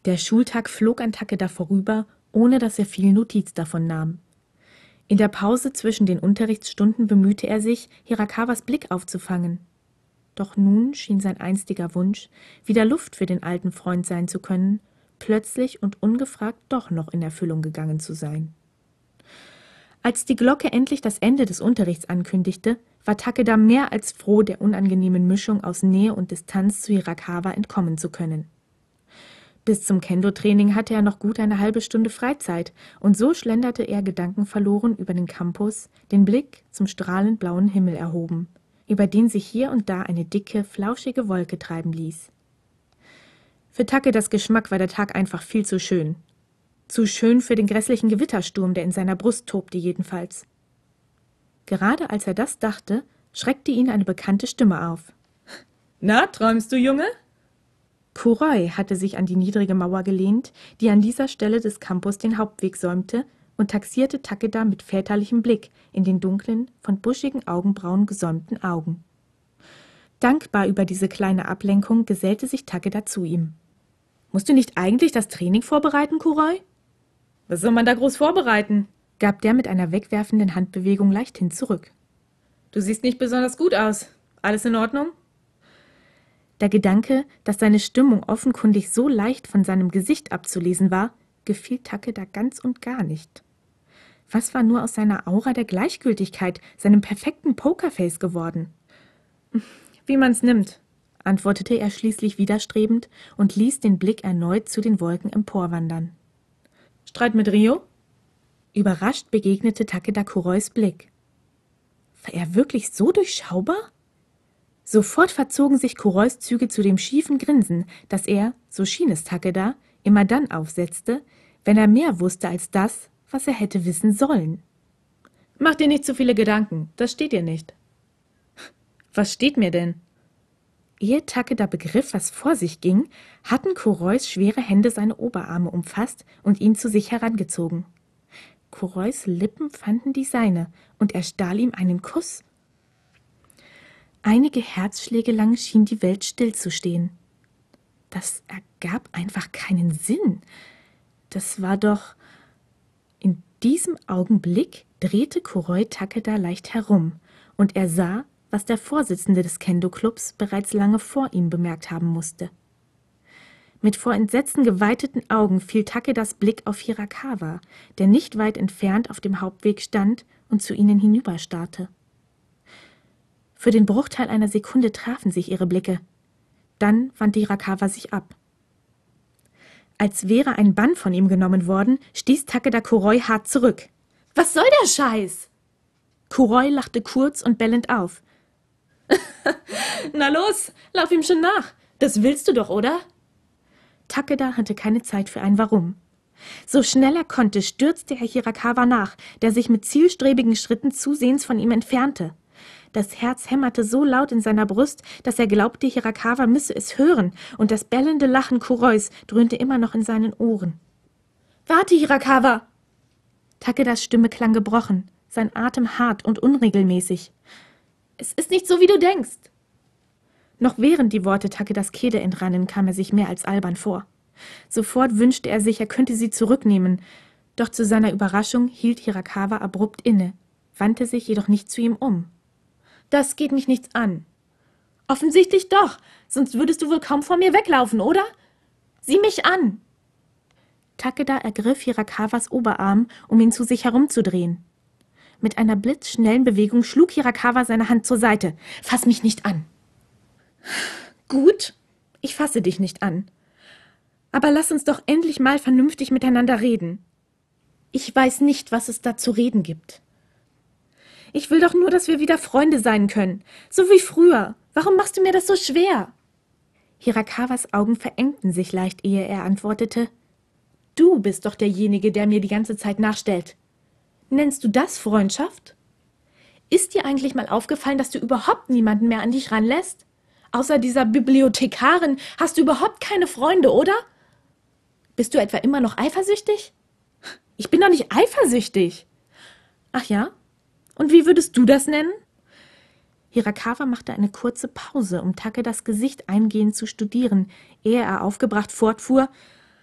Der Schultag flog an Takeda vorüber, ohne dass er viel Notiz davon nahm. In der Pause zwischen den Unterrichtsstunden bemühte er sich, Hirakawas Blick aufzufangen. Doch nun schien sein einstiger Wunsch, wieder Luft für den alten Freund sein zu können, plötzlich und ungefragt doch noch in Erfüllung gegangen zu sein. Als die Glocke endlich das Ende des Unterrichts ankündigte, war Takeda mehr als froh, der unangenehmen Mischung aus Nähe und Distanz zu Hirakawa entkommen zu können. Bis zum Kendo-Training hatte er noch gut eine halbe Stunde Freizeit, und so schlenderte er gedankenverloren über den Campus, den Blick zum strahlend blauen Himmel erhoben, über den sich hier und da eine dicke, flauschige Wolke treiben ließ. Für Takedas Geschmack war der Tag einfach viel zu schön. Zu schön für den grässlichen Gewittersturm, der in seiner Brust tobte jedenfalls. Gerade als er das dachte, schreckte ihn eine bekannte Stimme auf. »Na, träumst du, Junge?« Kuroi hatte sich an die niedrige Mauer gelehnt, die an dieser Stelle des Campus den Hauptweg säumte, und taxierte Takeda mit väterlichem Blick in den dunklen, von buschigen Augenbrauen gesäumten Augen. Dankbar über diese kleine Ablenkung gesellte sich Takeda zu ihm. »Musst du nicht eigentlich das Training vorbereiten, Kuroi?« »Was soll man da groß vorbereiten?« gab der mit einer wegwerfenden Handbewegung leichthin zurück. »Du siehst nicht besonders gut aus. Alles in Ordnung?« Der Gedanke, dass seine Stimmung offenkundig so leicht von seinem Gesicht abzulesen war, gefiel Takeda ganz und gar nicht. Was war nur aus seiner Aura der Gleichgültigkeit, seinem perfekten Pokerface geworden? »Wie man's nimmt«, antwortete er schließlich widerstrebend und ließ den Blick erneut zu den Wolken emporwandern. »Streit mit Rio?« Überrascht begegnete Takeda Kurois Blick. War er wirklich so durchschaubar? Sofort verzogen sich Kurois Züge zu dem schiefen Grinsen, das er, so schien es Takeda, immer dann aufsetzte, wenn er mehr wusste als das, was er hätte wissen sollen. »Mach dir nicht zu viele Gedanken, das steht dir nicht.« »Was steht mir denn?« Ehe Takeda begriff, was vor sich ging, hatten Kurois schwere Hände seine Oberarme umfasst und ihn zu sich herangezogen. Kurois Lippen fanden die seine, und er stahl ihm einen Kuss. Einige Herzschläge lang schien die Welt stillzustehen. Das ergab einfach keinen Sinn. Das war doch... In diesem Augenblick drehte Kuroi Takeda leicht herum, und er sah, was der Vorsitzende des Kendo-Clubs bereits lange vor ihm bemerkt haben musste. Mit vor Entsetzen geweiteten Augen fiel Takedas Blick auf Hirakawa, der nicht weit entfernt auf dem Hauptweg stand und zu ihnen hinüberstarrte. Für den Bruchteil einer Sekunde trafen sich ihre Blicke. Dann wandte Hirakawa sich ab. Als wäre ein Bann von ihm genommen worden, stieß Takeda Kuroi hart zurück. »Was soll der Scheiß?« Kuroi lachte kurz und bellend auf. »Na los, lauf ihm schon nach. Das willst du doch, oder?« Takeda hatte keine Zeit für ein Warum. So schnell er konnte, stürzte er Hirakawa nach, der sich mit zielstrebigen Schritten zusehends von ihm entfernte. Das Herz hämmerte so laut in seiner Brust, dass er glaubte, Hirakawa müsse es hören, und das bellende Lachen Kurois dröhnte immer noch in seinen Ohren. »Warte, Hirakawa!« Takedas Stimme klang gebrochen, sein Atem hart und unregelmäßig. »Es ist nicht so, wie du denkst.« Noch während die Worte Takedas Kehle entrannen, kam er sich mehr als albern vor. Sofort wünschte er sich, er könnte sie zurücknehmen, doch zu seiner Überraschung hielt Hirakawa abrupt inne, wandte sich jedoch nicht zu ihm um. »Das geht mich nichts an.« »Offensichtlich doch, sonst würdest du wohl kaum vor mir weglaufen, oder? Sieh mich an!« Takeda ergriff Hirakawas Oberarm, um ihn zu sich herumzudrehen. Mit einer blitzschnellen Bewegung schlug Hirakawa seine Hand zur Seite. »Fass mich nicht an!« »Gut, ich fasse dich nicht an. Aber lass uns doch endlich mal vernünftig miteinander reden. Ich weiß nicht, was es da zu reden gibt. Ich will doch nur, dass wir wieder Freunde sein können, so wie früher. Warum machst du mir das so schwer?« Hirakawas Augen verengten sich leicht, ehe er antwortete. »Du bist doch derjenige, der mir die ganze Zeit nachstellt. Nennst du das Freundschaft? Ist dir eigentlich mal aufgefallen, dass du überhaupt niemanden mehr an dich ranlässt? Außer dieser Bibliothekarin hast du überhaupt keine Freunde, oder? Bist du etwa immer noch eifersüchtig?« »Ich bin doch nicht eifersüchtig.« »Ach ja? Und wie würdest du das nennen?« Hirakawa machte eine kurze Pause, um Takedas Gesicht eingehend zu studieren, ehe er aufgebracht fortfuhr.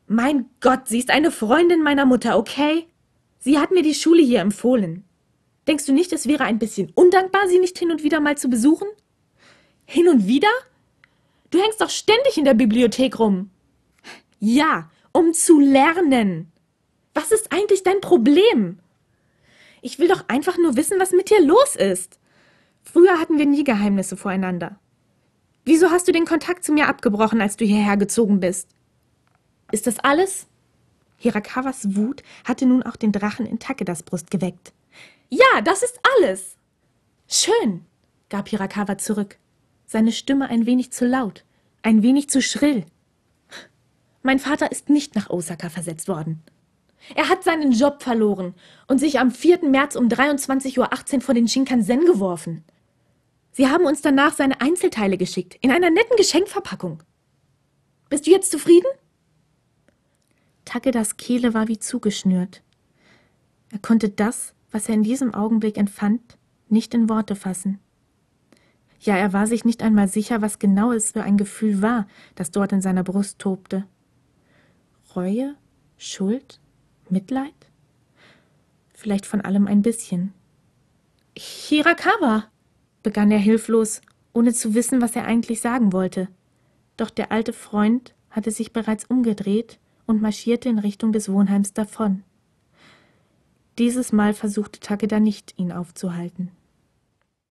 Mein Gott, sie ist eine Freundin meiner Mutter, okay? Sie hat mir die Schule hier empfohlen. Denkst du nicht, es wäre ein bisschen undankbar, sie nicht hin und wieder mal zu besuchen? Hin und wieder? Du hängst doch ständig in der Bibliothek rum. Ja, um zu lernen. Was ist eigentlich dein Problem? Ich will doch einfach nur wissen, was mit dir los ist. Früher hatten wir nie Geheimnisse voreinander. Wieso hast du den Kontakt zu mir abgebrochen, als du hierher gezogen bist? Ist das alles? Hirakawas Wut hatte nun auch den Drachen in Takedas Brust geweckt. Ja, das ist alles. Schön, gab Hirakawa zurück. Seine Stimme ein wenig zu laut, ein wenig zu schrill. Mein Vater ist nicht nach Osaka versetzt worden. Er hat seinen Job verloren und sich am 4. März um 23:18 Uhr vor den Shinkansen geworfen. Sie haben uns danach seine Einzelteile geschickt, in einer netten Geschenkverpackung. Bist du jetzt zufrieden? Takedas Kehle war wie zugeschnürt. Er konnte das, was er in diesem Augenblick empfand, nicht in Worte fassen. Ja, er war sich nicht einmal sicher, was genau es für ein Gefühl war, das dort in seiner Brust tobte. Reue? Schuld? Mitleid? Vielleicht von allem ein bisschen. Hirakawa, begann er hilflos, ohne zu wissen, was er eigentlich sagen wollte. Doch der alte Freund hatte sich bereits umgedreht und marschierte in Richtung des Wohnheims davon. Dieses Mal versuchte Takeda nicht, ihn aufzuhalten.